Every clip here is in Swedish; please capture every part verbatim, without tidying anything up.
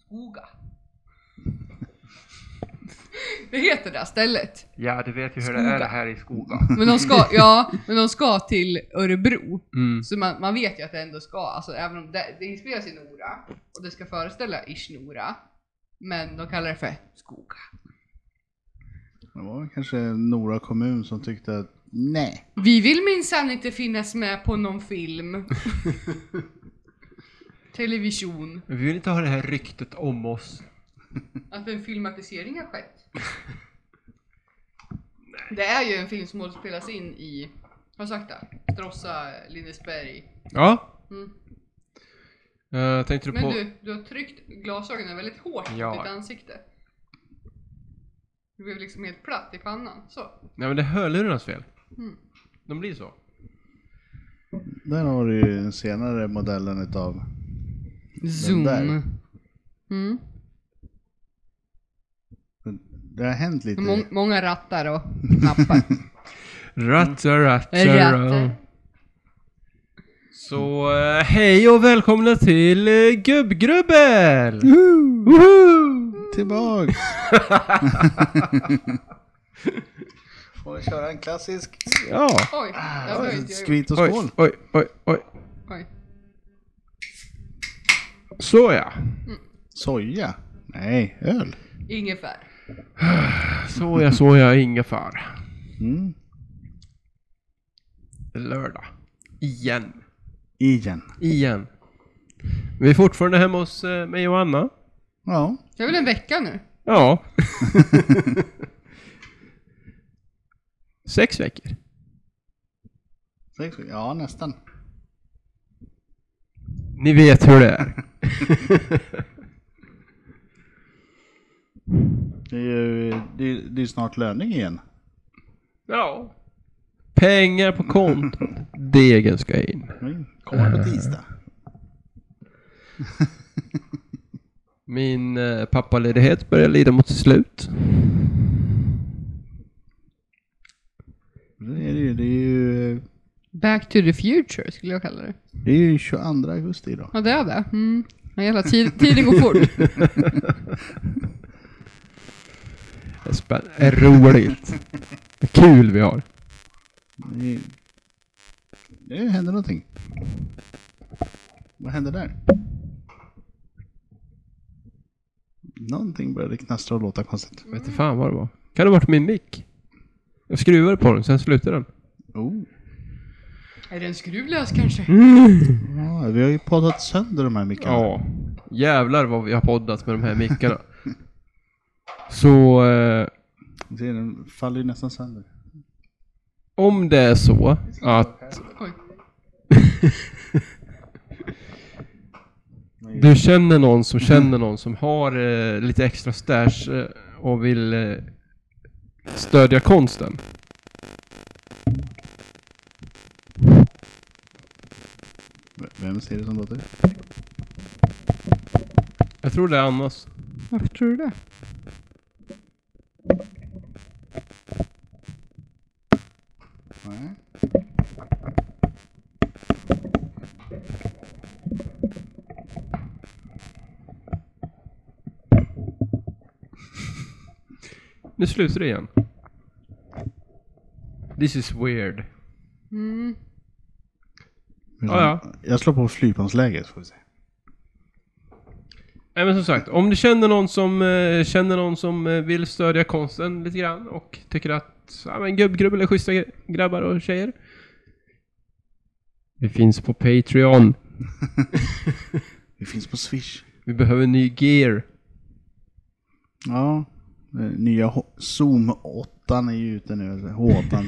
Skoga. Det heter det stället. Ja, du vet ju hur Skoga. det är här i Skoga. Men de ska, ja, men de ska till Örebro. Mm. Så man, man vet ju att det ändå ska, alltså även om det, det inspelas i Nora och det ska föreställa ish Nora, men de kallar det för Skoga. Det var kanske Nora kommun som tyckte att nej. Vi vill minsann inte finnas med på någon film. Television. Vi vill inte ha det här ryktet om oss. Att en filmatisering har skett. Det är ju en film som spelas in i, har jag sagt det? Stråssa, Lindesberg. Ja. Mm. Uh, tänkte du Men på... du, du har tryckt glasögonen väldigt hårt Ja. mot ditt ansikte. Du blev liksom helt platt i pannan. Så. Nej, men det är hörlurarnas fel. Mm. De blir så. Där har du ju den senare modellen utav Zoom. där. Mm. Det har hänt lite. Må- många rattar och knappar. Rattar, rattar. Rattar. Så uh, hej och välkomna till uh, Gubbgrubbel! Woho! Tillbaks! Får vi köra en klassisk Ja. Oj, det har jag inte gjort. skvit och Oj, skål? oj, oj, oj. Oj. Så ja. Soja? Nej, öl. Ingefär. Så ja, så ja, ingefär. Mm. Lördag. Igen. Igen. Igen. Vi är fortfarande hemma hos uh, mig och Anna. Ja. Det är väl en vecka nu? Ja. Sex veckor. Sex, ja, nästan. Ni vet hur det är. Det är ju det är, det är snart löning igen. Ja. Pengar på kontot. Degen ska in. Mm. Kommer på tisdag. Min eh, pappaledighet börjar lida mot sitt slut. Det är det ju. Det är ju, Back to the future skulle jag kalla det. det är ju tjugoandra augusti idag. Ja, det är det. Mm. Ja, jävla tid, tiden går fort. Det är, spänn- det är roligt. Det är kul vi har. Det, är, det händer någonting. Vad händer där? Någonting började knastra och låta konstigt. Vet inte fan vad det var. Kan det ha varit min mick? Jag skruvade på den, sen slutade den. Oh. Är den skruvlös kanske? Ja, vi har ju poddat sönder de här mickarna. Ja. Jävlar vad vi har poddat med de här mickarna. Så eh, Det, den faller ju nästan sönder. om det är så att Oj. du känner någon som känner någon som har eh, lite extra stash eh, och vill eh, stödja konsten. Vem ser det som låter? Jag tror det är Annas. Varför tror du det? Nej. Nu slutar det igen. This is weird. Mm. Ja, ja. Jag slår på flygplansläget får vi se. Nej, men som sagt, om du känner någon som eh, känner någon som eh, vill stödja konsten lite grann och tycker att ja, men gubbgrubbel är schyssta grabbar och tjejer. Vi finns på Patreon. Vi finns på Swish. Vi behöver ny gear. Ja. eh, Nya H- Zoom åtta är ju ute nu. H åtta.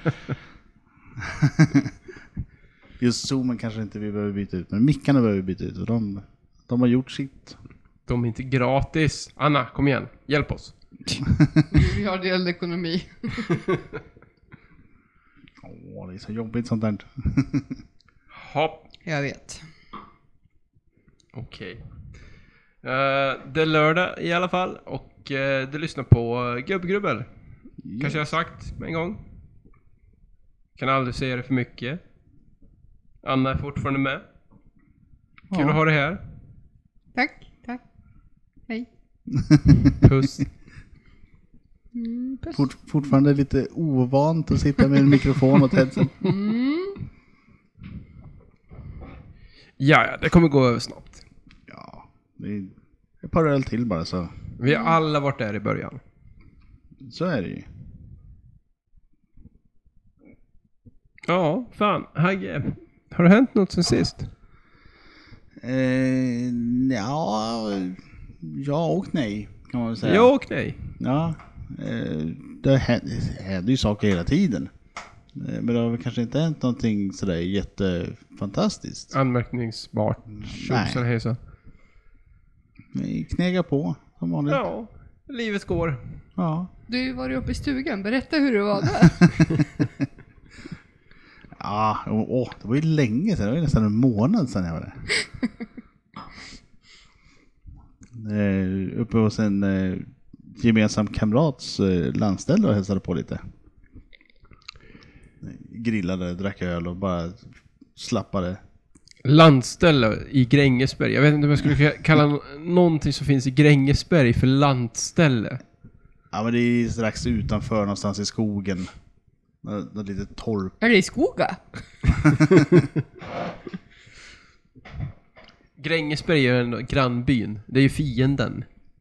Just Zoomen kanske inte vi behöver byta ut. Men mickarna behöver vi byta ut. Och de, de har gjort sitt. De är inte gratis. Anna, kom igen. Hjälp oss. Vi har delad ekonomi. Åh, det är så jobbigt sånt där. Hopp. Jag vet. Okej. Eh, det är lördag i alla fall. Och uh, du lyssnar på uh, Gubbgrubbel. Kanske jag har sagt med en gång. Kan aldrig säga det för mycket. Anna är fortfarande med. Kul Ja. att ha dig här. Tack, tack. Hej. Puss. Mm, puss. Fort, fortfarande lite ovant att sitta med en mikrofon och headset. Mm. Ja, ja, det kommer gå över snabbt. Ja, det är ett par öl till bara så. Vi har alla varit där i början. Så är det ju. Ja, fan. Hagge, har det hänt något sen sist? Eh, ja, ja och nej kan man väl säga. Ja och nej. Ja, eh, det händer, händer ju saker hela tiden. Eh, men det har väl kanske inte hänt någonting sådär jättefantastiskt. Anmärkningsbart. Tjosan hejsan. Vi knegar på som vanligt. Ja, livet går. Ja. Du var ju uppe i stugan. Berätta hur det var där. Ja, åh, det var ju länge sedan. Det var ju nästan en månad sedan jag var där. eh, uppe hos en eh, gemensam kamrats eh, landställe och hälsade på lite. Grillade, drack öl och bara slappade. Landställe i Grängesberg. Jag vet inte om jag skulle kalla no- någonting som finns i Grängesberg för landställe. Ja, men det är strax utanför någonstans i skogen. Nå- Något litet torp. Är det i skoga? Grängesberg är ju ändå grannbyn. Det är ju fienden.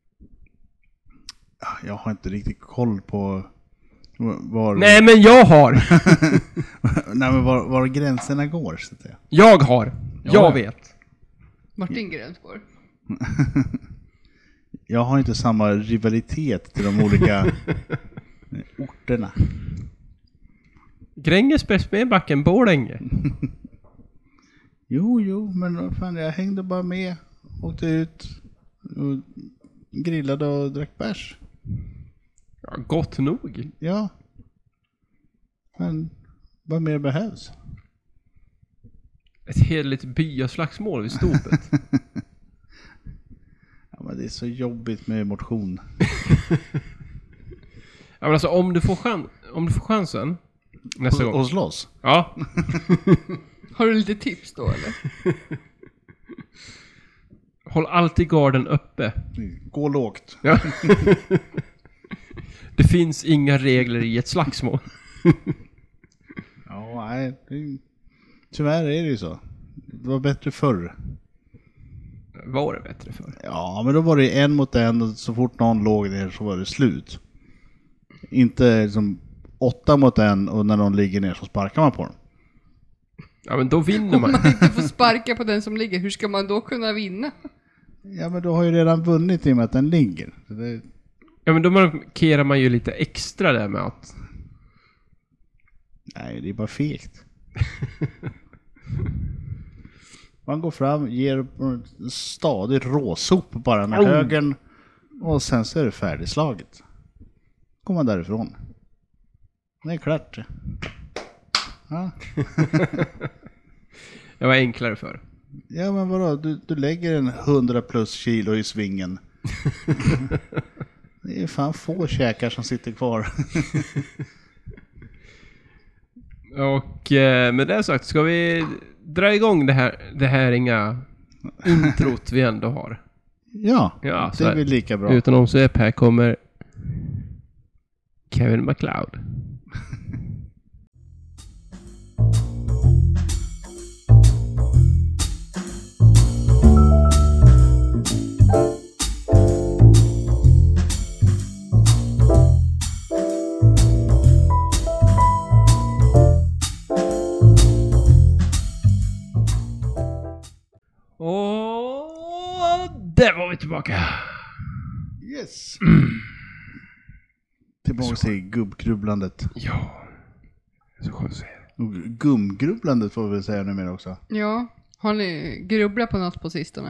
Jag har inte riktigt koll på var, Nej, men jag har! Nej, men var, var gränserna går så att säga. Jag har! Jag Ja. vet. Vart din gräns går? Jag har inte samma rivalitet till de olika orterna. Grängesberg, Smedbacken, Borlänge. Jo, jo, men vad fan, jag hängde bara med. Åkte ut och grillade och drack bärs. Ja, gott nog. Ja. Men vad mer behövs? Ett heligt byaslagsmål vid stopet. Ja, men det är så jobbigt med motion. Ja, men alltså om du får, chan- om du får chansen nästa Och, gång. och slåss. Ja. Har du lite tips då eller? Håll alltid garden uppe. Gå lågt. Ja. Det finns inga regler i ett slagsmål. Ja, nej. Det, tyvärr är det ju så. Det var bättre förr. Var det bättre för? Ja, men då var det en mot en och så fort någon låg ner så var det slut. Inte liksom åtta mot en och när någon ligger ner så sparkar man på dem. Ja, men då vinner Om man. man inte får sparka på den som ligger, hur ska man då kunna vinna? Ja, men då har ju redan vunnit i och med att den ligger. Så det, Ja, men då markerar man ju lite extra där med att... nej, det är bara fegt. Man går fram, ger en stadig råsop bara med Oh. högern och sen så är det färdigslaget. Går man därifrån. Det är klart. Ja, Det var enklare för. ja men vadå? Du, du lägger en hundra plus kilo i svingen. Det är fan få käkar som sitter kvar. Och eh, med det sagt ska vi dra igång det här, det här inga introt vi ändå har. Ja, Ja, så det är är- väl lika bra. Utan omsvep här kommer Kevin MacLeod. Och där var vi tillbaka. Yes. Tillbaka till gubbgrubblandet. Ja. Så skönt att säga. Och gumgrubblandet får vi väl säga numera också. Ja, har ni grubblat på något på sistone?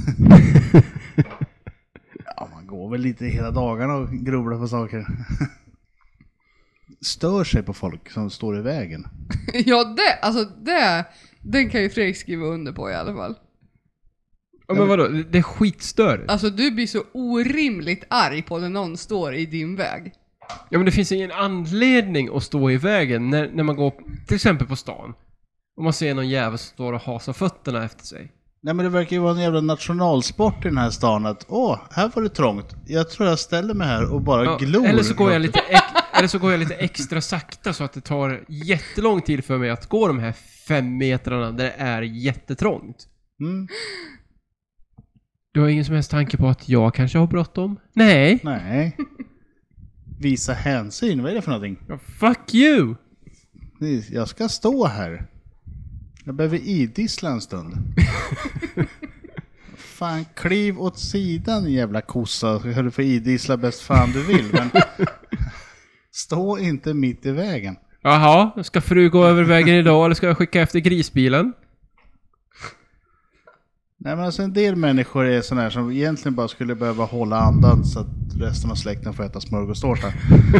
Ja, man går väl lite hela dagarna och grubblar på saker. Stör sig på folk som står i vägen. Ja, det, alltså det, den kan ju Fredrik skriva under på i alla fall. Ja, men vadå? Det är skitstörigt. Alltså du blir så orimligt arg på när någon står i din väg. Ja, men det finns ingen anledning att stå i vägen när, när man går till exempel på stan. Om man ser någon jävel som står och hasar fötterna efter sig. Nej, men det verkar ju vara en jävla nationalsport i den här stan att åh, här var det trångt. Jag tror jag ställer mig här och bara Ja, glor. eller, så går jag lite ex, eller så går jag lite extra sakta så att det tar jättelång tid för mig att gå de här fem metrarna där det är jättetrångt. Mm. Du har ingen som helst tanke på att jag kanske har bråttom? Nej. Nej. Visa hänsyn, vad är det för någonting? Ja, fuck you! Jag ska stå här. Jag behöver idissla en stund. Fan, kliv åt sidan jävla kossa. Så du får idissla bäst fan du vill. Men stå inte mitt i vägen. Jaha, ska fru gå över vägen idag eller ska jag skicka efter grisbilen? Nej, men alltså en del människor är sådana här som egentligen bara skulle behöva hålla andan så att resten av släkten får äta smörgåstårta.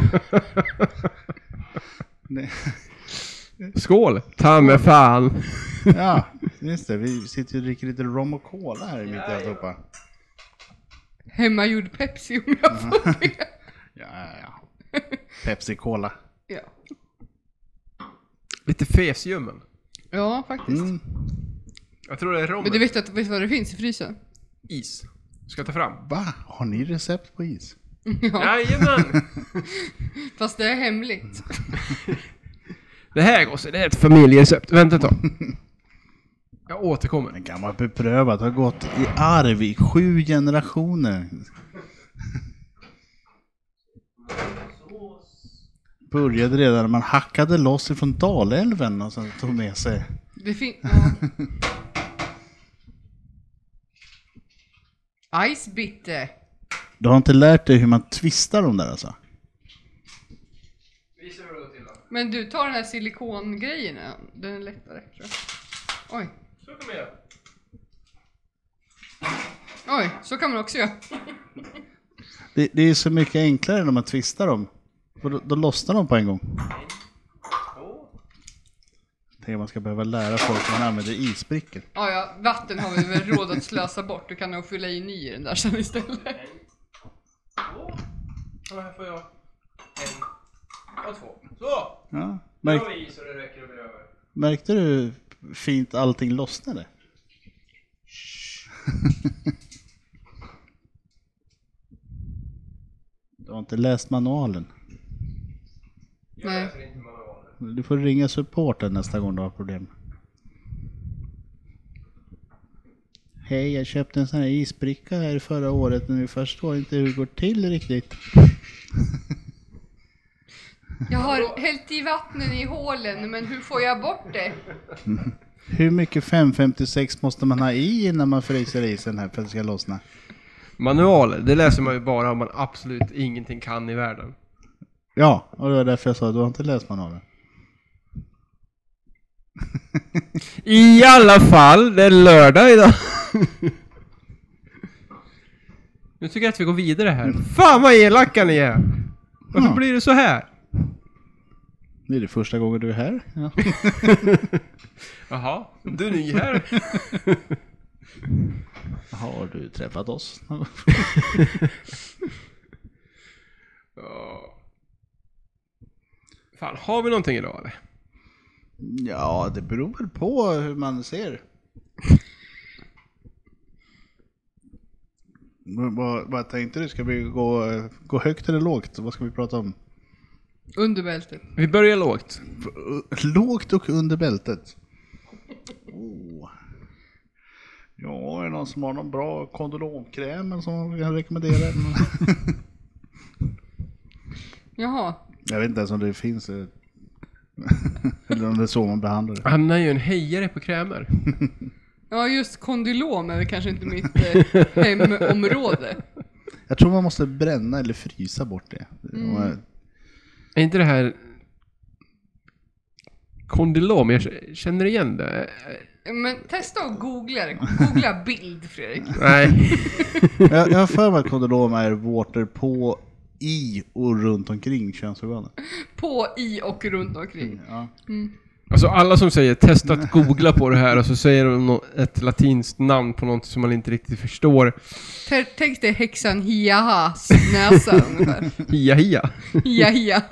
Skål! Ta med fan! Ja, just det. Vi sitter och dricker lite rom och cola här i mitt i alltihopa. Hemmagjord Pepsi om jag får det. Ja, ja, ja. Pepsi Cola. Ja. Lite fesljummen. Ja, faktiskt. Mm. Jag tror det är rom. Men du vet, att, vet vad det finns i frysen? Is. Ska jag ta fram? Va? Har ni recept på is? Ja, Jajamän! fast det är hemligt. Det här går så, det är ett familjerecept. Vänta ett tag. Jag återkommer. En gammal beprövad har gått i arv i sju generationer. Började redan när man hackade loss ifrån Dalälven och sen tog med sig. Det finns... Ja. Ice bitte. Du har inte lärt dig hur man twistar dem där alltså? Visa hur det går till då. Men du, tar den här silikongrejen. Den är lättare, tror jag. Oj. Så kan man göra. Oj, så kan man också göra. Det, det är så mycket enklare när man twistar dem. För då, då lossnar de på en gång. Tänk att man ska behöva lära folk hur man använder isbrickor. Ja, ja, vatten har vi väl råd att slösa bort. Du kan nog fylla i ny i den där sen istället. Så här får jag en och två. Så! Ja. Nu Märk, har vi i så det räcker över över. märkte du hur fint allting lossnade? Du har inte läst manualen. Jag Nej. läser inte manualen. Du får ringa supporten nästa gång du har problem. Hej, jag köpte en sån här isbricka här förra året men vi förstår inte hur det går till riktigt. Jag har hällt i vattnen i hålen, men hur får jag bort det? Hur mycket fem femtiosex måste man ha i innan man fryser isen här för att det ska lossna? Manualer, det läser man ju bara om man absolut ingenting kan i världen. Ja, och det var därför jag sa att du har inte läst manualen. I alla fall, det är lördag idag. Nu tycker jag att vi går vidare här. Fan vad elaka ni är! Varför Ja. blir det så här? Det är det första gången du är här. Ja. Jaha, du är ny här. Har du träffat oss? Ja. Fan, har vi någonting idag eller? Ja, det beror väl på hur man ser. Vad, vad tänkte du? Ska vi gå, gå högt eller lågt? Vad ska vi prata om? Under bältet. Vi börjar lågt. Lågt och under bältet. Oh. Ja, är det någon som har någon bra kondylomkräm som man kan rekommendera? Jaha. Jag vet inte ens om det finns. Eller om det är så man behandlar det. Han är ju en hejare på krämer. Ja, just kondylom är väl kanske inte mitt eh, hemområde. Jag tror man måste bränna eller frysa bort det. Mm. Är inte det här kondylom? Jag känner igen det. Men testa att googla det. Googla bild, Fredrik. Nej. jag, jag har för mig att kondylom är vårtor på, i och runt omkring könsorganet. På, i och runt omkring. Ja. Mm. Alltså alla som säger testa att googla på det här och så säger de nå- ett latinskt namn på något som man inte riktigt förstår. T- Tänk dig häxan Hiahas näsa ungefär. Hia hia. Hia hia.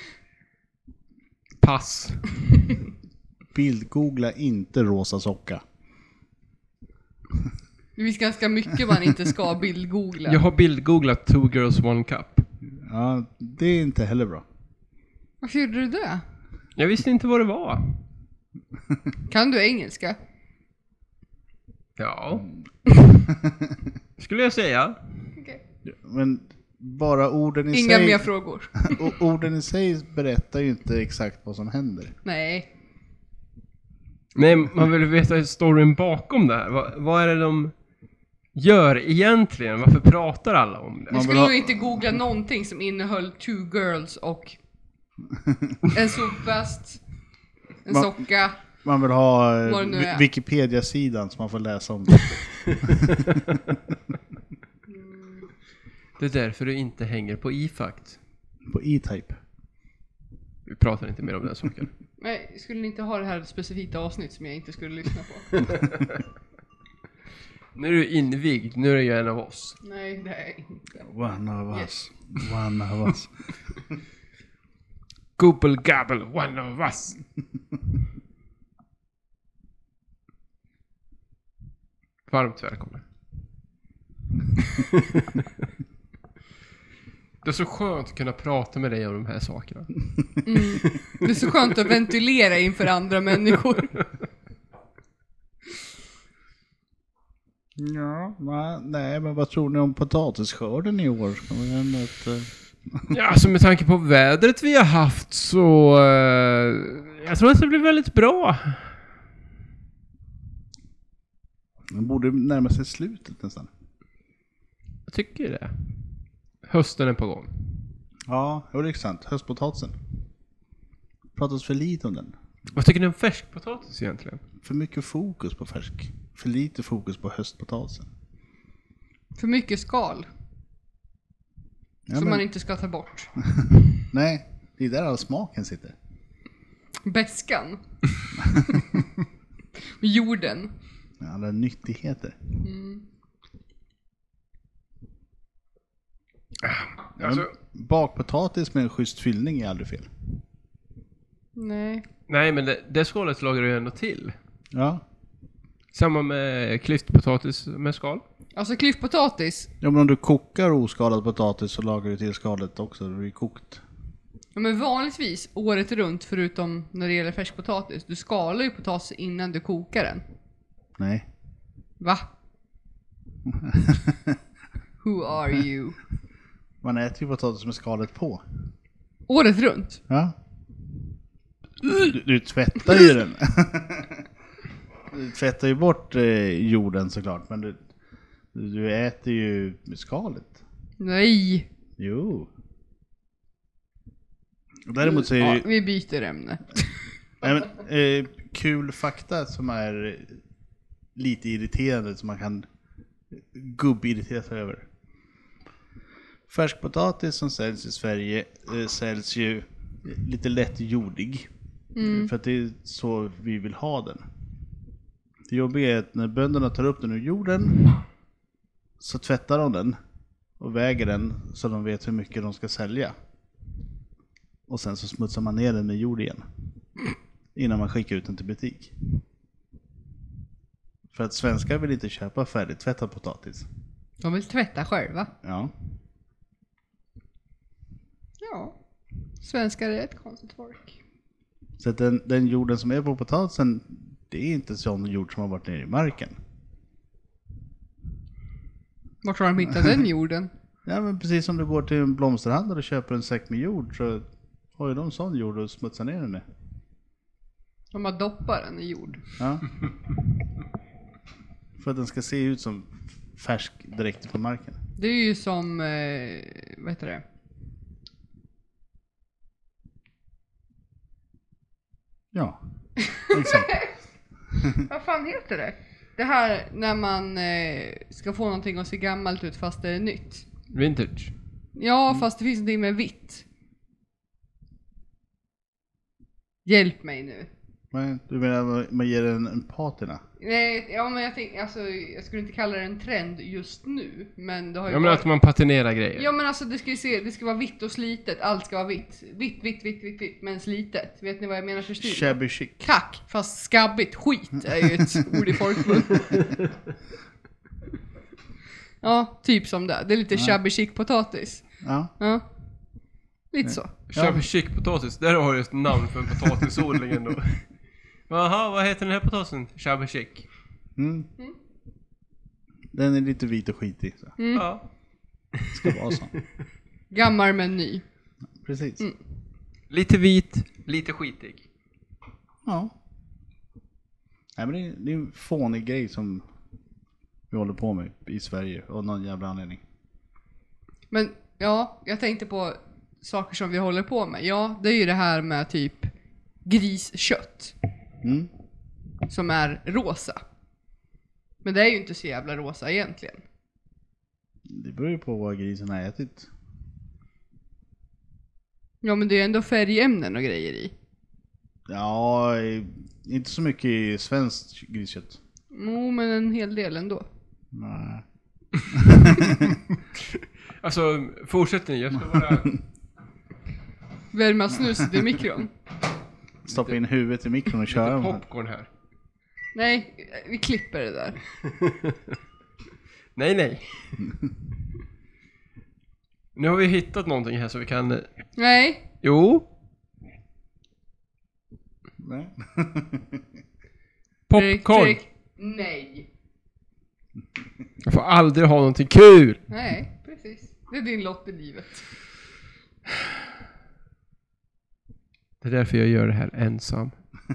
Pass. Bildgoogla inte rosa socka. Det finns ganska mycket man inte ska bildgoogla. Jag har bildgooglat Two Girls One Cup. Ja, det är inte heller bra. Varför gjorde du det? Jag visste inte vad det var. Kan du engelska? Ja. Skulle jag säga. Okay. Men bara orden i Inga sig... mer frågor. o- orden i sig berättar ju inte exakt vad som händer. Nej. Nej, man vill veta storyn bakom det här. Vad, vad är det de gör egentligen? Varför pratar alla om det? Jag Man skulle vill ha- nog inte googla någonting som innehöll two girls och en sopväst, en Man- socka. Man vill ha eh, Vad det nu är. Wi- Wikipedia-sidan som man får läsa om det. Det är därför du inte hänger på iFact. På E-Type. Vi pratar inte mer om den saken. Nej, skulle ni inte ha det här specifika avsnitt som jag inte skulle lyssna på? Nu är du invigd, nu är du ju en av oss. Nej, det är inte. One of Yes. us. One of us. Google gabble, one of us. Varmt välkommen. Det är så skönt att kunna prata med dig om de här sakerna. Mm. Det är så skönt att ventilera inför andra människor. Ja, va? Nej, men vad tror ni om potatisskörden i år? Ska vi ändå ett, eh, Ja, alltså med tanke på vädret vi har haft så... eh, jag tror att det blir väldigt bra. Den borde närma sig slutet nästan. Jag tycker det. Hösten är på gång. Ja, det är sant. Höstpotatisen. Pratas för lite om den. Vad tycker ni om färskpotatis egentligen? För mycket fokus på färsk. För lite fokus på höstpotatisen. För mycket skal Ja, som men, man inte ska ta bort. nej, det är där all smaken sitter. Bäskan. Jorden. Alla nyttigheter. Mm. Alltså, Men bakpotatis med en schysst fyllning är aldrig fel. Nej. nej, men det, det skalet lagar du ju ändå till. Ja. Samma med klyftpotatis med skal. Alltså klyftpotatis. Ja, men om du kokar oskalad potatis så lagar du till skalet också. Det blir kokt. Ja, men vanligtvis året runt förutom när det gäller färskpotatis. Du skalar ju potatis innan du kokar den. Nej. Va? Who are you? Man äter ju potatis med skalet på. Året runt? Ja. Du, du tvättar ju den. Du tvättar ju bort eh, jorden såklart. Men du, du äter ju med skalet. Nej. Jo. Och däremot så är det Ja, ju, vi byter ämne. nej, men, eh, kul fakta som är lite irriterande som man kan gubbirritera sig över. Färskpotatis som säljs i Sverige eh, säljs ju lite lätt jordig. Mm. För att det är så vi vill ha den. Det jobbiga är att när bönderna tar upp den ur jorden så tvättar de den och väger den så de vet hur mycket de ska sälja. Och sen så smutsar man ner den med jord igen innan man skickar ut den till butik. För att svenskar vill inte köpa färdigtvättad potatis. De vill tvätta själva. Ja. Ja. Svenskar är ett konstigt folk. Så att den, den jorden som är på potatisen, det är inte sån jord som har varit nere i marken. Vart har de hittat den jorden? Ja, men precis som du går till en blomsterhandel och köper en säck med jord så har ju de sån jord och smutsar ner den med. De har doppat den i jord. Ja. För att den ska se ut som färsk direkt från marken. Det är ju som, eh, vad heter det? Ja, exakt. Vad fan heter det? Det här när man eh, ska få någonting att se gammalt ut fast det är nytt. Vintage. Ja, fast det finns någonting med vitt. Hjälp mig nu. Men du menar att man ger en, en patina? Nej, ja men jag tänkte, alltså jag skulle inte kalla det en trend just nu, men det har ju Jag menar varit... att man patinerar grejer. Ja men alltså det ska ju se, det ska vara vitt och slitet, allt ska vara vitt. Vitt, vitt, vitt, vitt, vitt, men slitet. Vet ni vad jag menar för stil? Shabby chic. Kack, fast skabbigt, skit är ju ett ord i folkmun. Ja, typ som det. Det är lite Ja. shabby chic potatis. Ja. Ja. Lite så. Shabby chic potatis, där har du ett namn för en potatisodling ändå. Jaha, vad heter den här potatisen? Shabby chic. Mm. Den är lite vit och skitig. Så. Mm. Ja. Det ska vara så. Gammal men ny. Precis. Mm. Lite vit, lite skitig. Ja. Nej, men det är, det är en fånig grej som vi håller på med i Sverige av någon jävla anledning. Men ja, jag tänkte på saker som vi håller på med. Ja, det är ju det här med typ griskött. Mm. Som är rosa. Men det är ju inte så jävla rosa egentligen. Det beror ju på vad grisen har ätit. Ja, men det är ju ändå färgämnen och grejer i. Ja, inte så mycket i svenskt griskött. Jo, men en hel del ändå. Nej. Alltså, fortsätter ni? Jag ska bara... Värma snuset i mikron. Stoppa in huvudet i mikron och köra Lite de här. popcorn här. Nej, vi klipper det där. Nej, nej. Nu har vi hittat någonting här så vi kan... Nej, Jo, Nej. popcorn. Fredrik, nej. Jag får aldrig ha någonting kul. Nej, precis. Det är din lott i livet. Det är därför jag gör det här ensam.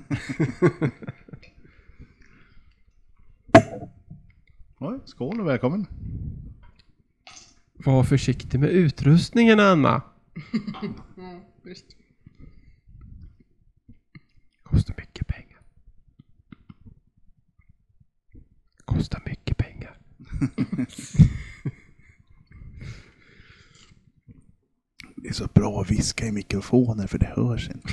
Oj, skål och välkommen. Var försiktig med utrustningen, Anna. Mm, visst. Kostar mycket pengar. Kostar mycket pengar. Det är så bra att viska i mikrofoner för det hörs inte.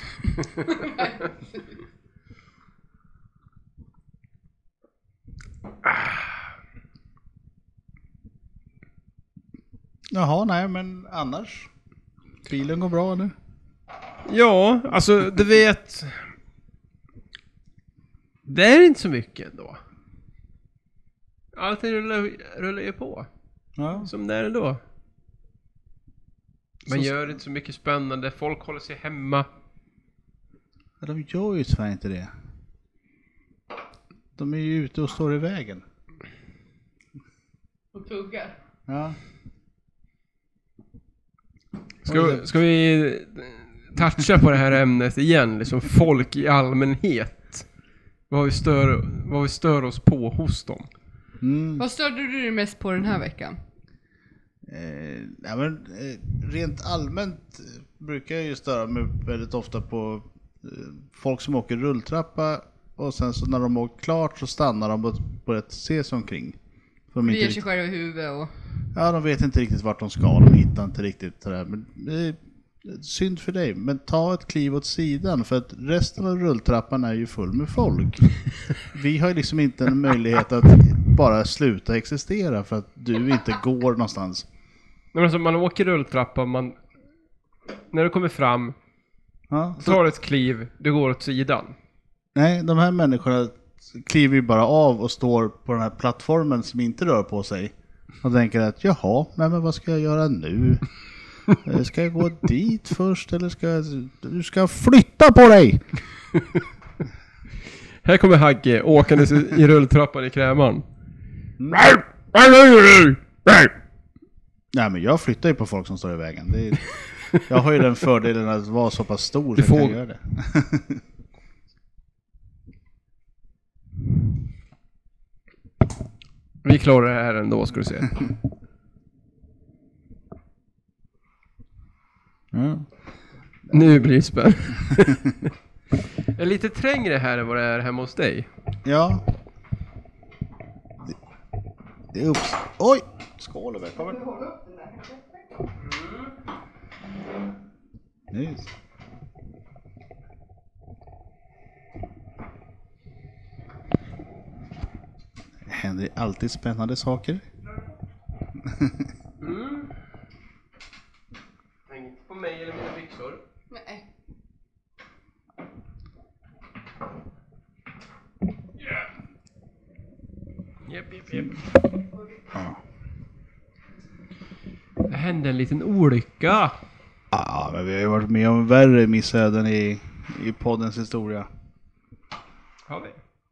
Jaha, nej men annars. Bilen går bra nu. Ja, alltså du vet. Det är inte så mycket ändå. Allting rullar, rullar ju på. Ja. Som det är ändå. Man Så- gör inte så mycket spännande. Folk håller sig hemma. Ja, de gör ju tyvärr inte det. De är ju ute och står i vägen. Och tuggar. Ja. Ska, ska vi toucha på det här ämnet igen? Liksom folk i allmänhet. Vad vi stör, vad vi stör oss på hos dem. Mm. Vad störde du dig mest på den här veckan? Eh, ja, men, eh, rent allmänt eh, brukar jag ju störa mig väldigt ofta på eh, folk som åker rulltrappa och sen så när de åker klart så stannar de och börjar se sig omkring. För de, Du inte ger sig riktigt, själv i huvudet och... ja, de vet inte riktigt vart de ska, de hittar inte riktigt det där. Men eh, synd för dig, men ta ett kliv åt sidan för att resten av rulltrappan är ju full med folk. Vi har ju liksom inte en möjlighet att bara sluta existera för att du inte går någonstans. Men alltså, man åker rulltrappa, man... När du kommer fram, Ja, så, tar ett kliv, du går åt sidan. nej, de här människorna kliver ju bara av och står på den här plattformen som inte rör på sig. Och tänker att jaha, nej men vad ska jag göra nu? Eh, Ska jag gå dit först eller ska jag... Du ska flytta på dig! Här kommer Hagge åkandes i rulltrappan i krämaren. Nej men jag flyttar ju på folk som står i vägen. Det är, jag har ju den fördelen att vara så pass stor Du så jag får- kan göra det. Vi klarar det här ändå, ska du se. Ja. Nu blir det spännande. Det är lite trängre här än vad det är hemma hos dig. Ja. Det, det är upps... Oj! Skål och välkommen. Nice. Det händer alltid spännande saker. Häng inte på mig eller mina byxor. Nej. Japp, japp, japp. Ja. hände en liten olycka. Ja, men vi har ju varit med om värre missöden i, i poddens historia. Har vi?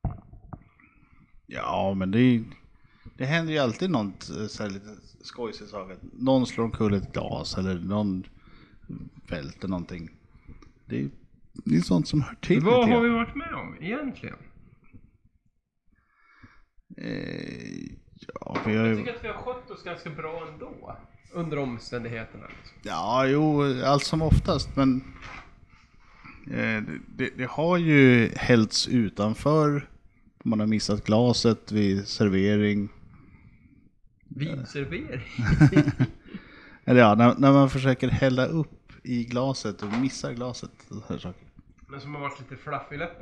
Ja, men det, det händer ju alltid något så här lite skojsigt sak. Någon slår omkull ett glas eller någon välter någonting. Det, det är sånt som hör till. Vad har vi varit med om egentligen? Eh, ja, vi har Jag ju... tycker att vi har skött oss ganska bra ändå. Under omständigheterna. Liksom. Ja, jo, allt som oftast, men eh, det, det har ju hällts utanför. Man har missat glaset vid servering. Vinservering? Eller ja, när, när man försöker hälla upp i glaset och missar glaset. Så här saker. Men som har varit lite fluff i läppen.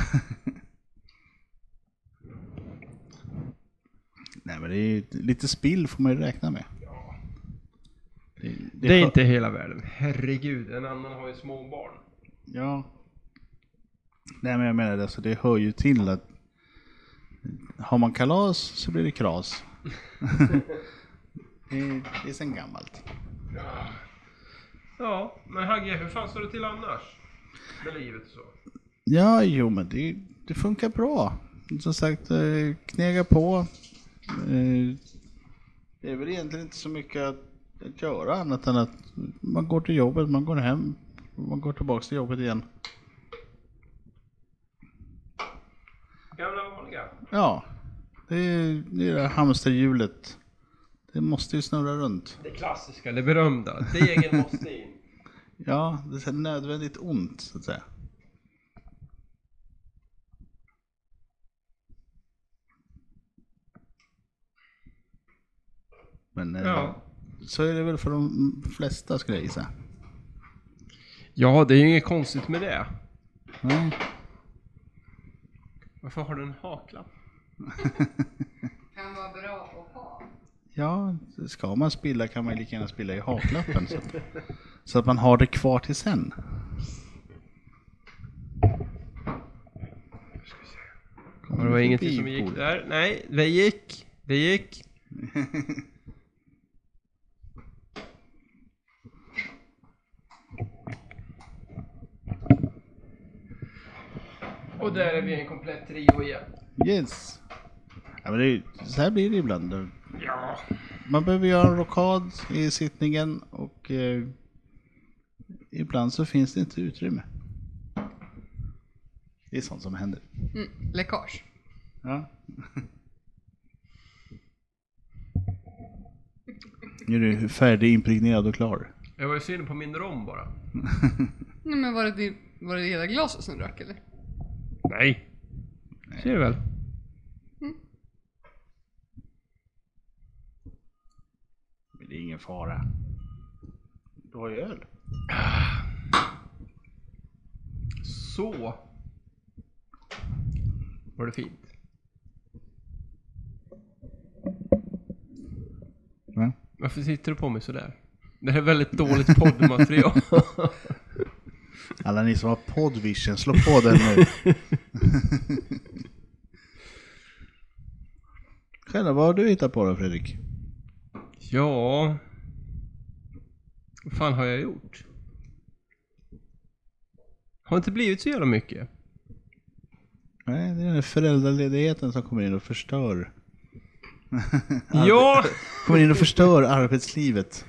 Nej, men det är lite spill får man ju räkna med. Ja. Det, det, det är inte hela världen. Herregud, en annan har ju små barn. Ja. Nej, men jag menar det, så det hör ju till att har man kalas så blir det kras. det, är, det är sen gammalt. Ja. Ja, men Hagge, hur fan står det till annars? Med livet och så. Ja, jo, men det, det funkar bra. Som sagt, knega på. Det är väl egentligen inte så mycket att, att göra annat än att man går till jobbet, man går hem, man går tillbaka till jobbet igen. Gamla vanliga. Ja, det är det, är det hamsterhjulet. Det måste ju snurra runt. Det klassiska, det berömda. Degen måste in. Ja, det är nödvändigt ont, så att säga. Men ja. Så är det väl för de flesta, skulle jag gissa. Ja, det är ju inget konstigt med det. Nej. Varför har du en haklapp? Kan vara bra att ha. Ja, ska man spilla kan man lika gärna spilla i haklappen. Så, så att man har det kvar till sen. Och det var ingenting som gick där. Nej, det gick. Det gick. Och där är vi en komplett trio igen. Yes. Ja, men det är, så här blir det ibland. Ja. Man behöver göra en rockad i sittningen och eh, ibland så finns det inte utrymme. Det är sånt som händer. Mm, läckage. Ja. Nu är du färdig, impregnerad och klar. Jag var ju synd på min rom bara. Nej, men var det, din, var det hela glaset som drack eller? Nej. Nej. Ser du väl? Mm. Men det är ingen fara. Du har ju öl. Så. Var det fint? Ja. Varför sitter du på mig sådär? Det här är väldigt dåligt poddmaterial. Alla ni som har podvision, slå på den nu. Själva, vad har du hittat på då, Fredrik? Ja. Vad fan har jag gjort? Har inte blivit så jävla mycket. Nej, det är den föräldraledigheten som kommer in och förstör. Ja! Kommer in och förstör arbetslivet.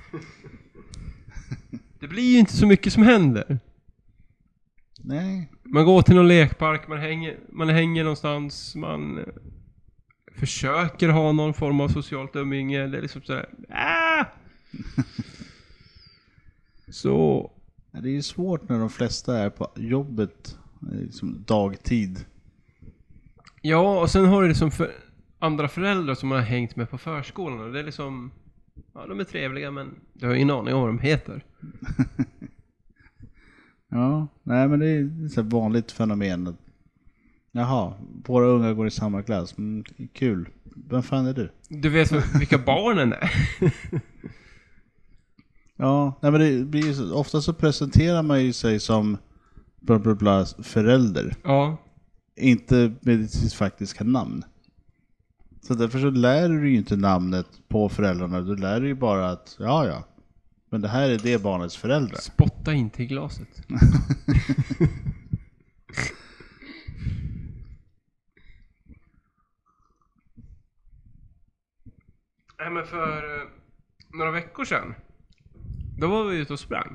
Det blir ju inte så mycket som händer. Nej. Man går till någon lekpark, man hänger, man hänger någonstans, man eh, försöker ha någon form av socialt umgänge. Det är liksom sådär. Ah! Så. Det är ju svårt när de flesta är på jobbet liksom dagtid. Ja, och sen har du liksom för andra föräldrar som man har hängt med på förskolan. Och det är liksom, ja, de är trevliga, men jag har ingen aning om vad de heter. Ja, nej, men det är ett så vanligt fenomen. Jaha, våra unga går i samma klass. Mm, kul. Vem fan är du? Du vet vilka barnen är. Ja, nej, men det blir ju så, ofta så presenterar man ju sig som bla bla bla förälder. Ja. Inte med sitt faktiska namn. Så därför så lär du ju inte namnet på föräldrarna. Du lär ju bara att, ja ja, Men det här är det barnets föräldrar. Spotta inte i glaset. Nej, men för eh, några veckor sedan, då var vi ute och sprang.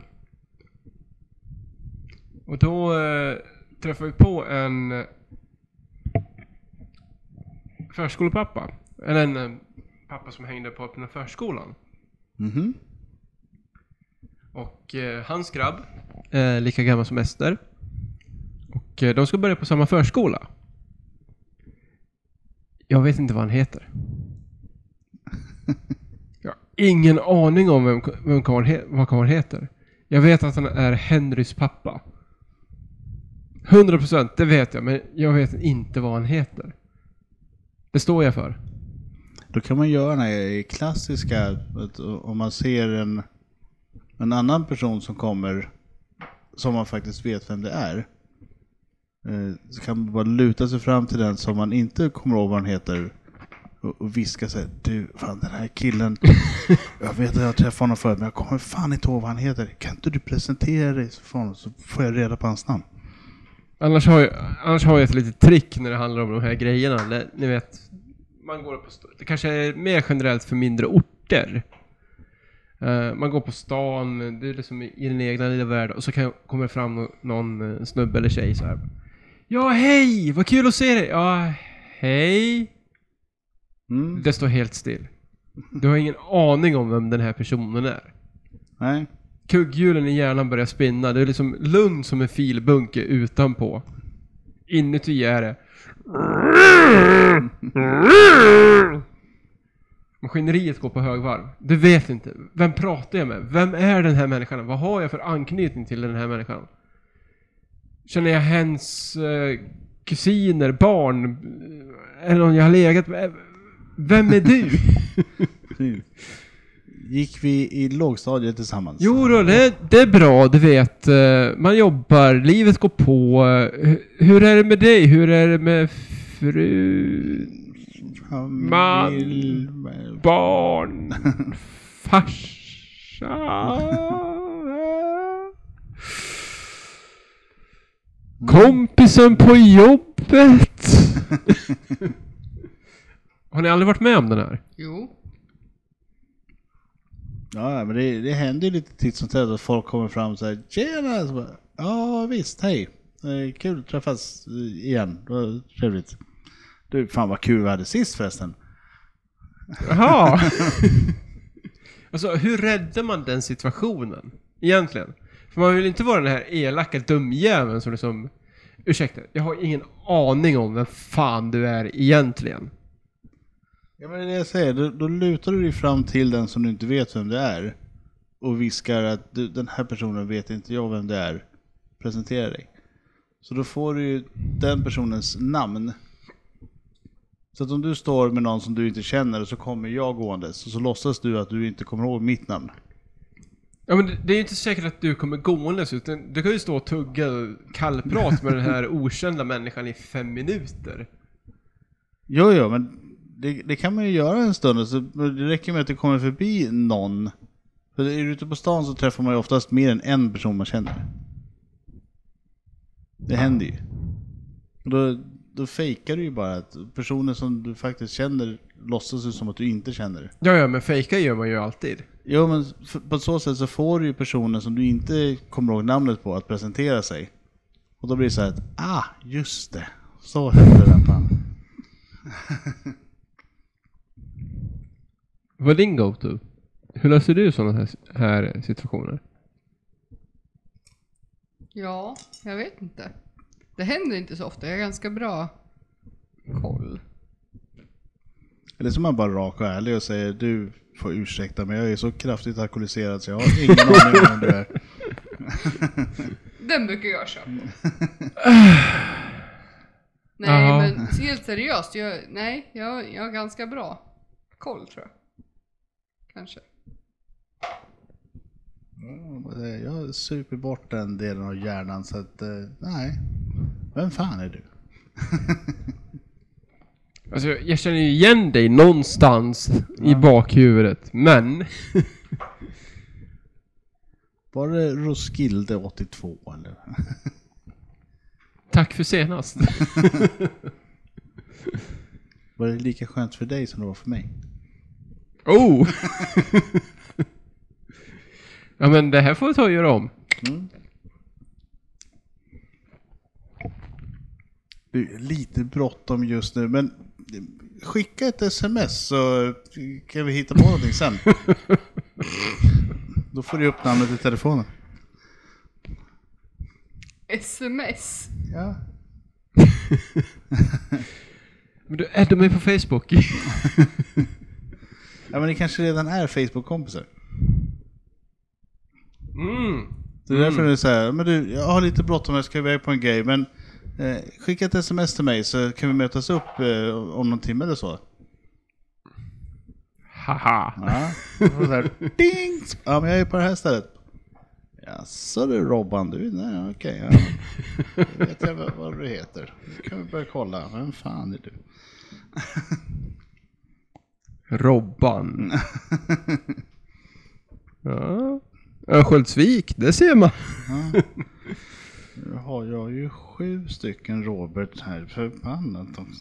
Och då eh, träffade vi på en eh, förskolepappa. Eller en eh, pappa som hängde på öppna förskolan. Mhm. Och eh, hans grabb, eh, lika gammal som Ester. Och eh, de ska börja på samma förskola. Jag vet inte vad han heter. Jag har ingen aning om vem, vem karln he, vad karln heter. Jag vet att han är Henrys pappa. hundra procent, det vet jag. Men jag vet inte vad han heter. Det står jag för. Då kan man göra den här klassiska, att om man ser en, en annan person som kommer som man faktiskt vet vem det är, eh, så kan man bara luta sig fram till den som man inte kommer ihåg vad han heter och, och viska sig, du, fan den här killen, jag vet att jag har träffat honom förut, men jag kommer fan inte ihåg vad han heter. Kan inte du presentera dig för honom så får jag reda på hans namn? Annars har, jag, annars har jag ett litet trick när det handlar om de här grejerna. Det, ni vet, man går på st- det kanske är mer generellt för mindre orter. Uh, man går på stan, det är liksom i den egna lilla världen. Och så kan, kommer fram någon uh, snubbe eller tjej så här. Ja, hej! Vad kul att se dig! Ja, hej! Mm. Det står helt still. Du har ingen aning om vem den här personen är. Nej. Kugghjulen i hjärnan börjar spinna. Det är liksom lugn som en filbunke utanpå. Inuti är det. Maskineriet går på högvarv. Du vet inte. Vem pratar jag med? Vem är den här människan? Vad har jag för anknytning till den här människan? Känner jag hens eh, kusiner, barn? Är det någon jag har legat med? Vem är du? Gick vi i lågstadiet tillsammans? Jo då, det, det är bra, du vet. Man jobbar, livet går på. Hur är det med dig? Hur är det med fru? Man, barn, farsa, kompisen på jobbet. Har ni aldrig varit med om den här? Jo. Ja, men det, det händer ju lite titt som tätt att folk kommer fram och säger tjena! Så bara, ja visst, hej. Eh, kul att träffas igen. Det var trevligt. Du, fan vad kul vi hade sist förresten. Jaha. Alltså, hur räddar man den situationen? Egentligen. För man vill inte vara den här elaka dumjäveln som liksom, ursäkta, jag har ingen aning om vem fan du är egentligen. Ja, men det är det jag säger. Då, då lutar du dig fram till den som du inte vet vem det är och viskar att du, den här personen vet inte jag vem det är. Presentera dig. Så då får du ju den personens namn. Så att om du står med någon som du inte känner och så kommer jag gåendes och så låtsas du att du inte kommer ihåg mitt namn. Ja, men det är ju inte säkert att du kommer gåendes, utan du kan ju stå och tugga och kallprat med den här okända människan i fem minuter. Jo, jo, men det, det kan man ju göra en stund. Så det räcker med att det kommer förbi någon. För är du ute på stan så träffar man ju oftast mer än en person man känner. Det händer ju. Och då, då fejkar du ju bara att personer som du faktiskt känner låtsas ju som att du inte känner. Ja, ja, men fejka gör man ju alltid. Jo, men på så sätt så får du ju personer som du inte kommer ihåg namnet på att presentera sig. Och då blir det så här att, ah, just det. Så händer det fan. Vad är din go-to? Hur löser du sådana här, här situationer? Ja, jag vet inte. Det händer inte så ofta. Jag har ganska bra koll. Eller så man bara rak och ärlig och säger, du får ursäkta men jag är så kraftigt alkoholiserad så jag har ingen aning om det är. Den brukar jag köpa. Nej, Aha. men helt seriöst. Jag, nej, jag, jag har ganska bra koll tror jag. Kanske. Jag super bort den delen av hjärnan så att, nej. Vem fan är du? Alltså, jag känner ju igen dig någonstans ja. i bakhuvudet, men Var det Roskilde åttiotvå eller? Tack för senast. Var det lika skönt för dig som det var för mig? Oh! Ja, men det här får vi ta och göra om. Mm. Det är lite bråttom just nu, men skicka ett sms så kan vi hitta på någonting sen. Då får du upp namnet i telefonen. Sms. Ja. Men du addar mig på Facebook. Ja, men det kanske redan är Facebook-kompisar. Mm. Så det är därför det är så här, men du, jag har lite bråttom, jag ska iväg på en grej, men eh, skicka ett sms till mig så kan vi mötas upp eh, om någon timme eller så. Haha. Ja, och där, ding! Ja, men jag är på det här stället. Ja, så du Robban, du, nej, okej. Okay, ja. Jag vet jag vad, vad du heter. Nu kan vi börja kolla, vem fan är du? Robban. Ja. Örnsköldsvik, det ser man. Ja. Nu har jag ju sju stycken Robert här, förbannat också.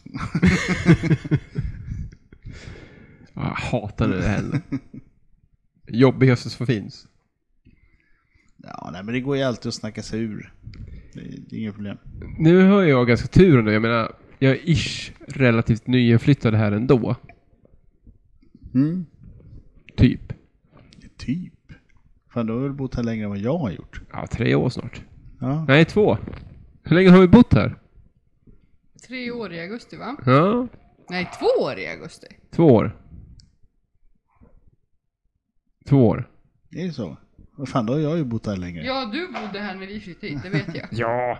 Jag hatar det heller. Jobbigaste som finns. Ja, nej, men det går ju alltid att snacka sig ur. Det är, det är inga problem. Nu har jag ganska tur ändå. Jag menar, jag är ish relativt nyinflyttad här ändå. Mm. Typ. Typ. Fan, du har väl bott här längre än vad jag har gjort. Ja, tre år snart. Ja. Nej, två. Hur länge har vi bott här? Tre år i augusti, va? Ja, Nej, två år i augusti. två år. Två år. Det är så. Vad fan, då har jag ju bott här längre. Ja, du bodde här när vi flyttade hit, det vet jag. Ja.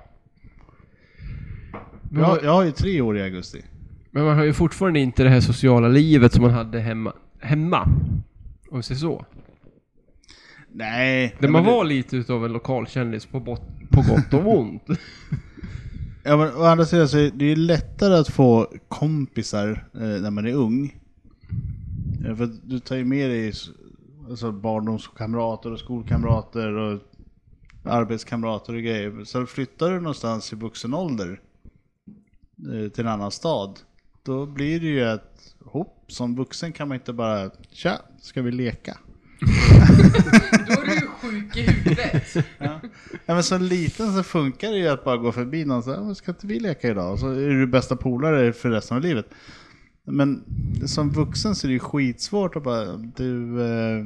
Men, Jag, jag har ju tre år i augusti. men man har ju fortfarande inte det här sociala livet som man hade hemma. Hemma. Om vi säger så. Nej. Där ja, man men var lite utav en lokalkändis på, bot- på gott och ont. Ja, men å andra sidan så är det ju lättare att få kompisar eh, när man är ung. Ja, för att du tar ju med dig alltså, barndomskamrater och skolkamrater och arbetskamrater och grejer. Så flyttar du någonstans i vuxen ålder eh, till en annan stad, då blir det ju att hopp, som vuxen kan man inte bara tja, ska vi leka? Då är du ju sjuk i huvudet. Ja. Ja, men som liten så funkar det ju att bara gå förbi någon och säga, ska inte vi leka idag? Och så är du bästa polare för resten av livet. Men som vuxen så är det ju skitsvårt att bara, du... Eh,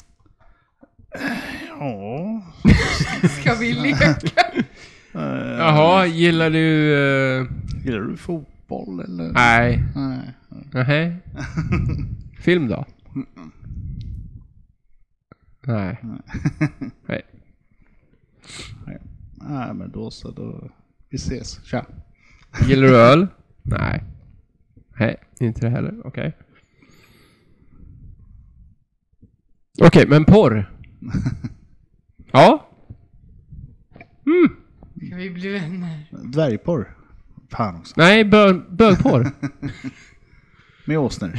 ja... Ska vi leka? Eh, Jaha, gillar du... Uh... Gillar du fotboll eller? Nej. Nej. Nej. Film då? Nej. Nej. Nej, men då så, då... Vi ses, tja. Gillar du öl? Nej. Nej, inte det heller. Okej. Okay. Okej, okay, men porr? Ja. Mm. Ska vi bli vänner? Dvärgporr. Fan också. Nej, bö- bögporr. Med åsner.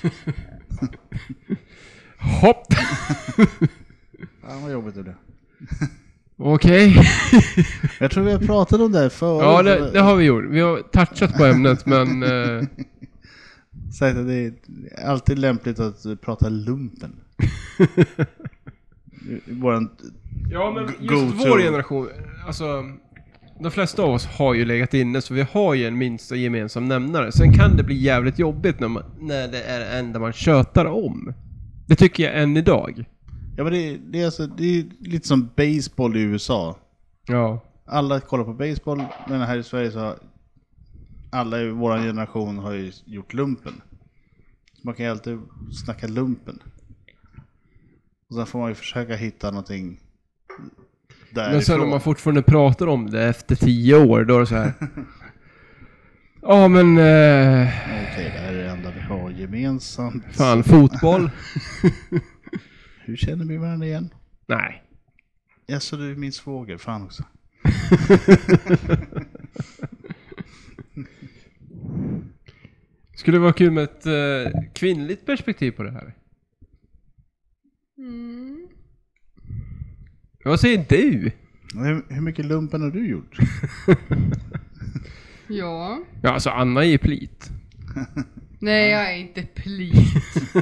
Hopp. Ja, vad jobbigt är det. Okej. Okay. Jag tror vi har pratat om det här förut. Ja, det, det har vi gjort. Vi har touchat på ämnet, men... Uh... Sagt att det är alltid lämpligt att prata lumpen. Våran ja, men just go-to. vår generation, alltså... De flesta av oss har ju legat inne, så vi har ju en minsta gemensam nämnare. Sen kan det bli jävligt jobbigt när, man, när det är det enda man tjötar om. Det tycker jag än idag. Ja, men det, det, är alltså, det är lite som baseball i U S A. Ja. Alla kollar på baseball, men här i Sverige så har alla i vår generation har ju gjort lumpen. Så man kan ju alltid snacka lumpen. Och sen får man ju försöka hitta någonting därifrån. Men sen om man fortfarande pratar om det efter tio år, då är det så här. Ja, men... Eh... Okej, det här är det enda vi har gemensamt. Fan, fotboll. Hur känner vi varandra igen? Nej. Ja, så du är min svåger, fan också. Skulle det vara kul med ett eh, kvinnligt perspektiv på det här? Mm. Vad säger du? Hur, hur mycket lumpen har du gjort? Ja. Ja, alltså Anna är ju plit. Nej, jag är inte plit.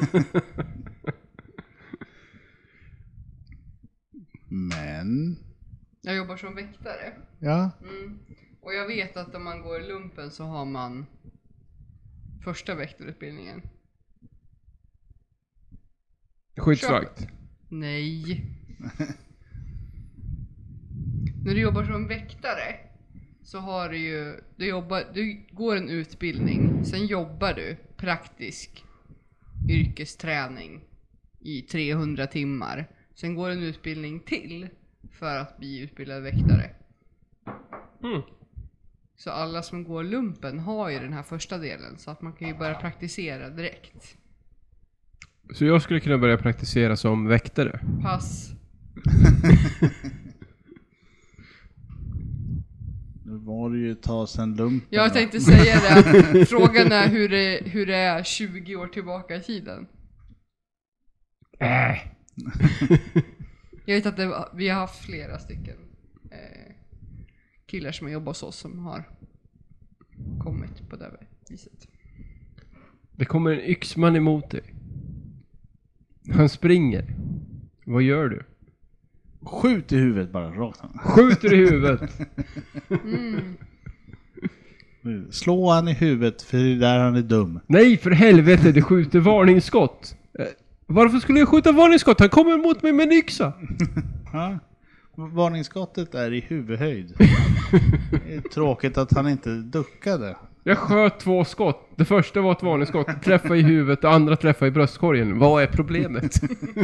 Men... Jag jobbar som väktare. Ja. Mm. Och jag vet att om man går i lumpen så har man första väktarutbildningen. Skyddsvakt. Nej. När du jobbar som väktare så har du ju, du, jobbar, du går en utbildning, sen jobbar du praktisk yrkesträning i trehundra timmar. Sen går en utbildning till för att bli utbildad väktare. Mm. Så alla som går lumpen har ju den här första delen, så att man kan ju börja praktisera direkt. Så jag skulle kunna börja praktisera som väktare. Pass. Nu var det ju ett tag sedan lumpen. Jag tänkte säga det. Frågan är hur det, hur det är tjugo år tillbaka i tiden. Äh. Jag vet att det, var- vi har haft flera stycken eh, killar som har jobbat hos oss som har kommit på det viset. Det kommer en yxman emot dig. Han springer. Vad gör du? Skjut i huvudet bara, rakt han. Skjuter i huvudet. Mm. Slå han i huvudet, för det är där han är dum. Nej, för helvete, du skjuter varningsskott. Eh, Varför skulle jag skjuta varningsskott? Han kommer mot mig med en yxa. Ja. Varningsskottet är i huvudhöjd. Det är tråkigt att han inte duckade. Jag sköt två skott. Det första var ett varningsskott. Träffa i huvudet, det andra träffa i bröstkorgen. Vad är problemet?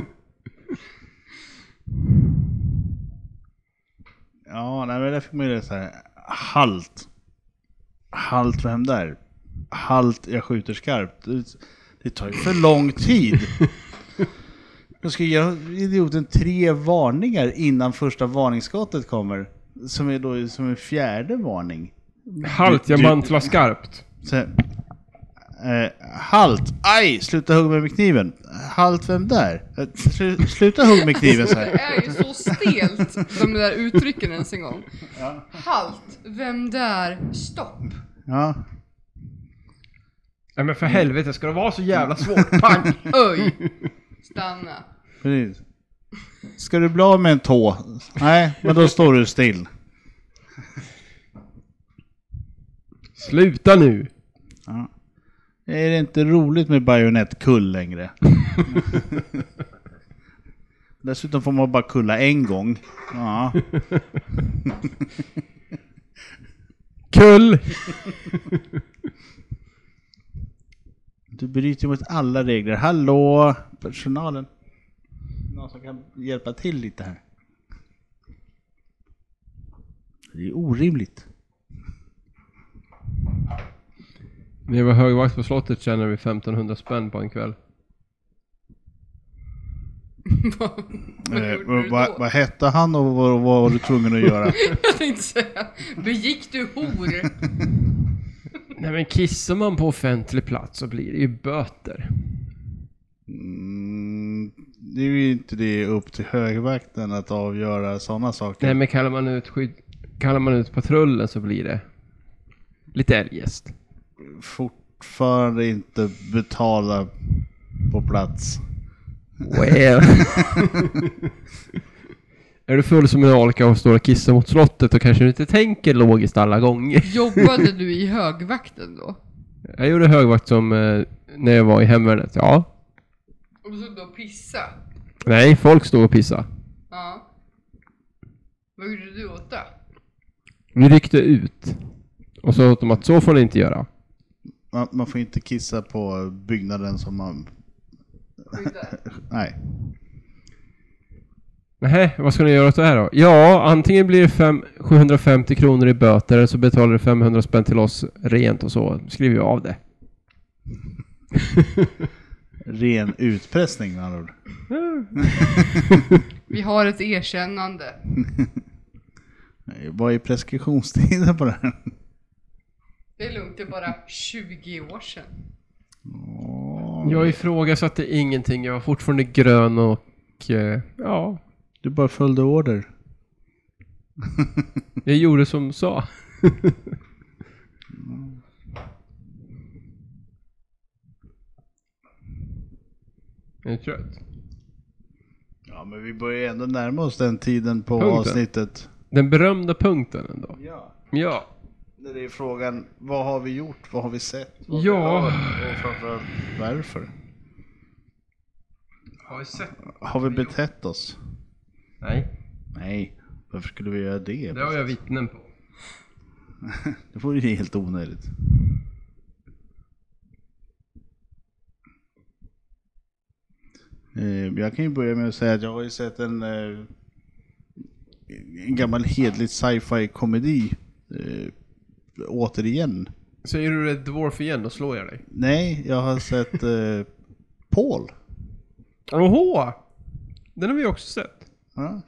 Ja, nej, men där fick man ju det så här. Halt. Halt, vem där? Halt, jag skjuter skarpt. Det, det tar ju för lång tid. Jag ska ge idioten tre varningar innan första varningsskottet kommer. Som är då som en fjärde varning. Halt, jag Du- mantlar skarpt. Så, eh, halt, aj, sluta hugga mig med kniven. Halt, vem där? Eh, Slu, sluta hugga med kniven så Det här. är ju så stelt, de där uttrycken ens en gång. Ja. Halt, vem där? Stopp. Ja. Nej men för helvete, ska det vara så jävla svårt? Pang! Öj. Stanna. Precis. Ska du bli av med en tå? Nej, men då står du still. Sluta nu! Ja. Är det inte roligt med bajonettkull längre? Dessutom får man bara kulla en gång. Ja. Kull! Du bryter mot alla regler. Hallå, personalen. Någon som kan hjälpa till lite här. Det är orimligt. När jag var högvakt på slottet tjänade vi femtonhundra spänn på en kväll. Vad vad Eh, gjorde du vad, då? vad hette han och vad, vad var du tvungen att göra? Jag tänkte säga, begick du hor? Nej men kissar man på offentlig plats så blir det ju böter. Mm, det är ju inte det upp till högvakten att avgöra sådana saker. Nej men kallar man ut skydd, kallar man ut patrullen så blir det lite eljest. Fortfarande inte betala på plats. Well. Är du full som en alka och står och kissar mot slottet och kanske du inte tänker logiskt alla gånger. Jobbade du i högvakten då? Jag gjorde högvakt som eh, när jag var i hemvärnet, ja. Och så då pissa? Nej, folk stod och pissade. Ja. Vad gjorde du åt det? Vi ryckte ut. Och så åt de att så får ni inte göra. Man, man får inte kissa på byggnaden som man... Skydda. Nej. Nej, vad ska ni göra åt det här då? Ja, antingen blir det fem, sjuhundrafemtio kronor i böter eller så betalar du femhundra spänn till oss rent och så skriver jag av det. Ren utpressning med andra ord. Vi har ett erkännande. Nej, vad är preskriptionstiden på det här? Det är lugnt, det är bara tjugo år sedan. Åh. Jag ifrågasatte ingenting, jag var fortfarande grön och eh, ja, Du bara följde order. Jag gjorde som sa. Jag är trött. Ja, men vi börjar ändå närma oss den tiden på Punkten. avsnittet. Den berömda punkten ändå. Ja. Ja. Det är frågan, vad har vi gjort? Vad har vi sett? Vad Ja. har vi hört? Och framförallt, varför? Har vi sett? Har vi betett oss? Nej. Nej, varför skulle vi göra det? Det har jag vittnen på. Det vore ju helt onödigt. Eh, Jag kan ju börja med att säga att jag har ju sett en, eh, en gammal hedlig sci-fi komedi eh, återigen. Säger du Red Dwarf igen, då slår jag dig. Nej, jag har sett eh, Paul. Oho! Den har vi också sett. Ja.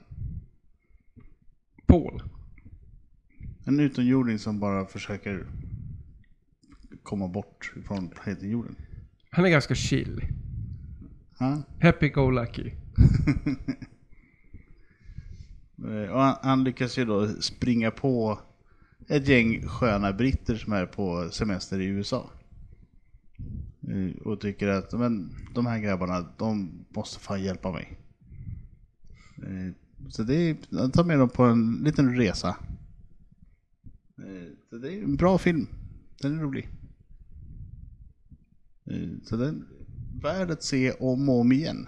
Paul. En utomjording som bara försöker komma bort från planeten jorden. Han är ganska chill. Ja. Happy go lucky. Eh, Och han, han lyckas ju då springa på ett gäng sköna britter som är på semester i U S A. Eh, Och tycker att men, de här grabbarna, de måste fan hjälpa mig. Eh, Så det är, han tar med dem på en liten resa. Eh, Så det är en bra film. Den är rolig. Eh, Så den är värd att se om och om igen.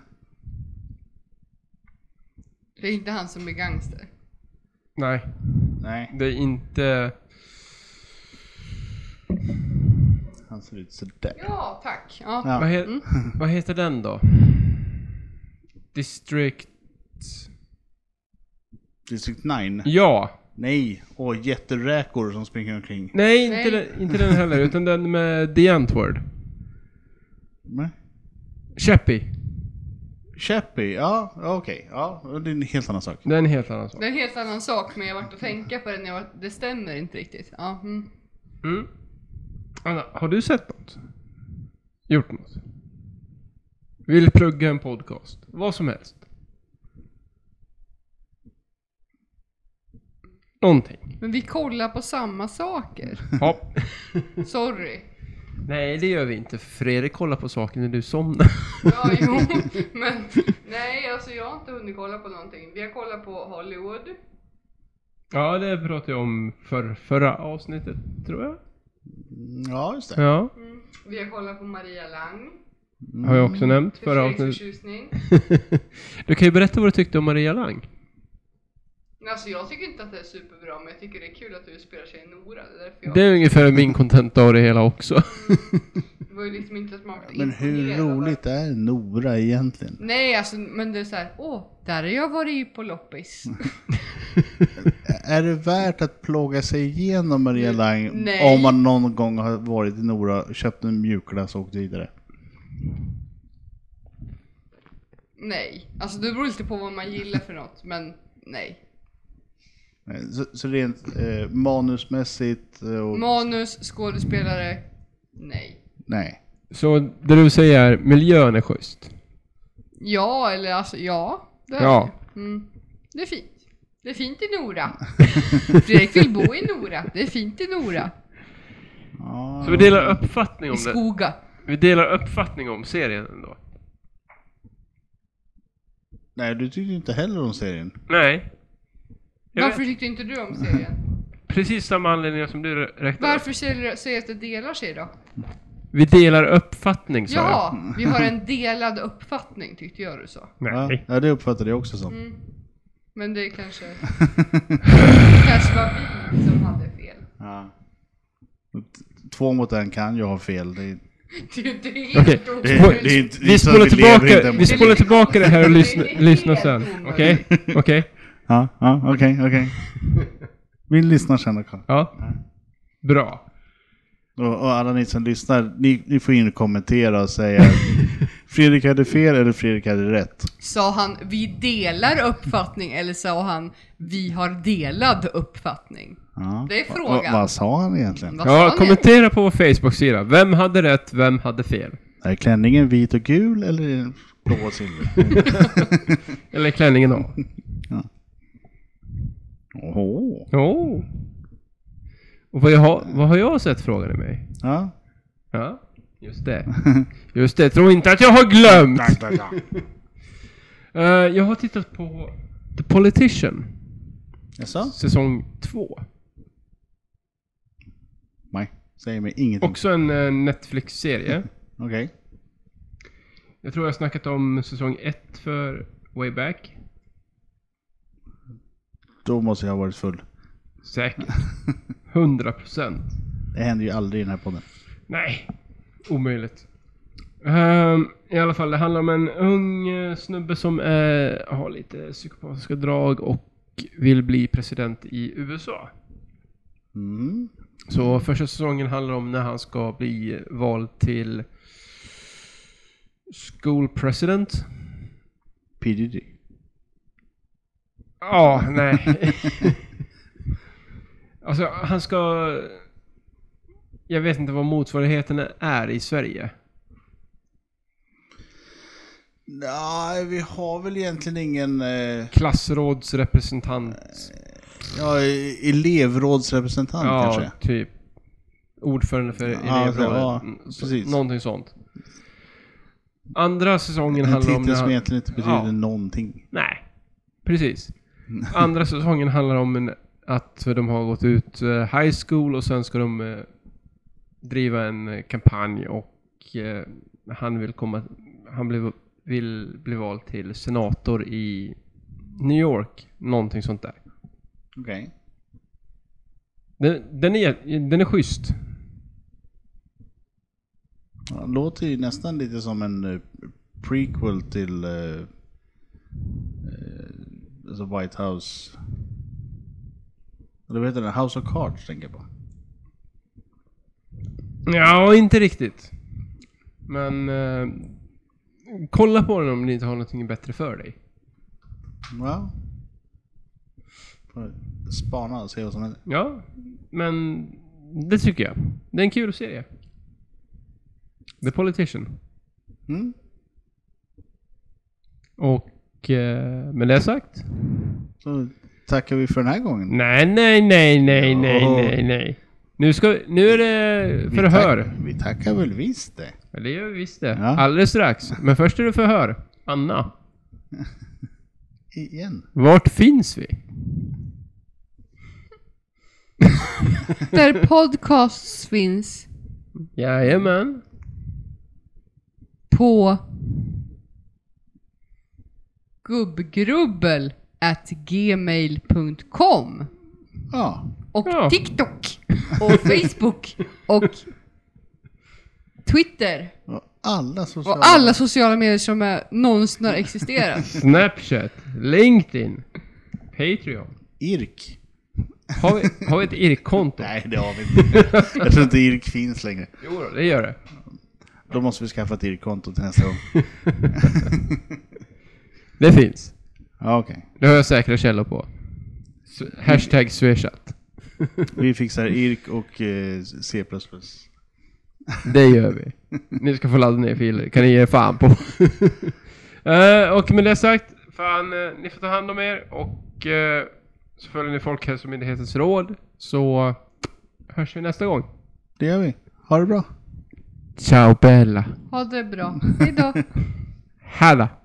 Det är inte han som är gangster. Nej, Nej, det är inte... han ser ut sådär. Ja, tack. Ja. Ja. Vad, he... Vad heter den då? District... District nine. Ja. Nej, och jätteräkor som springer omkring. Nej, inte, Nej. Den, inte den heller, utan den med The Antwoord. Nej. Chappie. Chappie, ja, ja, okej. Ja, det är en helt annan sak. Det är en helt annan sak. Det är en helt annan sak, men jag har varit och tänka på det när jag var, det stämmer inte riktigt. Ja, mm. Mm. Anna, har du sett något? Gjort något? Vill plugga en podcast? Vad som helst. Någonting. Men vi kollar på samma saker. Ja. Sorry. Nej, det gör vi inte. Fredrik kollar på saker när du somnar. Ja, jo. Men nej, alltså jag har inte hunnit kolla på någonting. Vi har kollat på Hollywood. Ja, det pratade jag om för förra avsnittet, tror jag. Mm, Ja, just det. Ja, Mm. Vi har kollat på Maria Lang. har jag också nämnt För förra Fredriks avsnittet. förtjusning. Du kan ju berätta vad du tyckte om Maria Lang. Alltså jag tycker inte att det är superbra, men jag tycker det är kul att du spelar sig Nora. Det är därför jag... Det är ungefär min content av det hela också. Det var ju liksom inte att man var Men hur imponerad av roligt är Nora egentligen? Nej, alltså, men det är så här, åh, där har jag varit på loppis. Är det värt att plåga sig igenom Maria Lang Nej. om man någon gång har varit i Nora, köpt en mjukglass och åkt vidare? Nej, alltså det beror lite på vad man gillar för något, men nej. Så, så rent eh, manusmässigt eh, och... Manus, skådespelare, nej. Nej. Så det du säger är, miljön är schysst. Ja, eller alltså, ja. Det är, Ja. det. Mm. Det är fint. Det är fint i Nora. Fredrik vill bo i Nora. Det är fint i Nora. Ja. Så vi delar uppfattning I om det. Skoga. Vi delar uppfattning om serien ändå. Nej, du tyckte inte heller om serien. Nej. Jag Varför vet, tyckte inte du om serien? precis samma anledningar som du räknade upp. Varför säger du säger att det delar sig då? Vi delar uppfattning, sa jag. Ja, vi har en delad uppfattning, tyckte jag du sa. Nej. Ja, det uppfattade jag också som. Mm. Men det kanske... kanske var vi som hade fel. Ja. Två mot en kan ju ha fel. Det är... Det är ju inte helt Okej, omöjligt. Det- det är inte- Vi så spolar vi lever tillbaka, inte- vi spolar tillbaka det här och lyssna, Det är lyssna helt sen. omöjligt. Okej? Okej? Ja, ja, okej, okej. Vill lyssna sen då. Ja. Bra. Och, och alla ni som lyssnar, ni, ni får in och kommentera och säga Fredrik hade fel eller Fredrik hade rätt. Sa han vi delar uppfattning eller sa han vi har delad uppfattning? Ja. Det är Och- frågan. och vad sa han egentligen? Vad sa Ja, han kommentera på vår Facebook-sida. Vem hade rätt, vem hade fel? Är klänningen vit och gul eller blå och silver? Eller klänningen av. Ja. Oho. Oh. Och vad, jag har, vad har jag sett, frågar ni mig? Ja. Ja, just det. Just det, tro inte att jag har glömt. uh, jag har tittat på The Politician. Jaså? Säsong två. Nej, säger mig ingenting. Också en uh, Netflix-serie. Okej. Okay. Jag tror jag har snackat om säsong ett för way back. Då måste jag ha varit full. Säkert. Hundra procent. Det händer ju aldrig i den här podden. Nej, omöjligt. Um, I alla fall, det handlar om en ung uh, snubbe som uh, har lite psykopatiska drag och vill bli president i U S A. Mm. Så första säsongen handlar om när han ska bli vald till school president. P D D. Ja, nej. Alltså, han ska... Jag vet inte vad motsvarigheten är i Sverige. Nej, vi har väl egentligen ingen... Eh, Klassrådsrepresentant. ja, elevrådsrepresentant Ja, kanske. typ. Ordförande för Ja, elevrådet. ja, Så- precis. Någonting sånt. Andra säsongen En handlar om... titel när som han- egentligen inte betyder Ja. någonting. Nej, precis. Andra säsongen handlar om en, att de har gått ut eh, high school och sen ska de eh, driva en eh, kampanj och eh, han vill komma han blir, vill bli vald till senator i New York, någonting sånt där. Okej. Den, den är den är schysst. Ja, låter ju nästan lite som en uh, prequel till uh, uh, alltså White House. Eller vad heter det? House of Cards tänker jag på. Ja, inte riktigt. Men eh, kolla på den om ni inte har någonting bättre för dig. Ja. Får spana och se vad som händer. Ja, men det tycker jag. Det är en kul serie. The Politician. Mm. Och eh, med det sagt. Så tackar vi för den här gången. Nej, nej, nej, nej, Ja. nej, nej, nej. Nu, ska, nu är det Vi förhör. tack- Vi tackar väl visst det. Ja, det gör vi visst det. Ja. Alldeles strax. Men först är det förhör. Anna, Igen. vart finns vi? Där podcasts finns Jajamän. på gubbgrubbel at gmail punkt com Ja. och Ja. TikTok och Facebook och Twitter Och alla sociala... och alla sociala medier som är någonsin har existerat. Snapchat, LinkedIn, Patreon. Irk. Har vi, har vi ett I R C-konto? Nej, det har vi inte. Jag tror inte Irk finns längre. Jo då, det gör det. Då måste vi skaffa ett Irk-konto till nästa gång. Det finns. Ja, okej. Det har jag säkra källor på. S- hashtag Swishat. Vi fixar Irk och eh, C plus plus. Det gör vi. Ni ska få ladda ner filer. Kan ni ge fan på. Eh, och med det sagt, fan, eh, ni får ta hand om er. Och eh, så följer ni Folkhälsomyndighetens råd. Så hörs vi nästa gång. Det gör vi. Ha det bra. Ciao Bella. Ha det bra. Hejdå. Halla.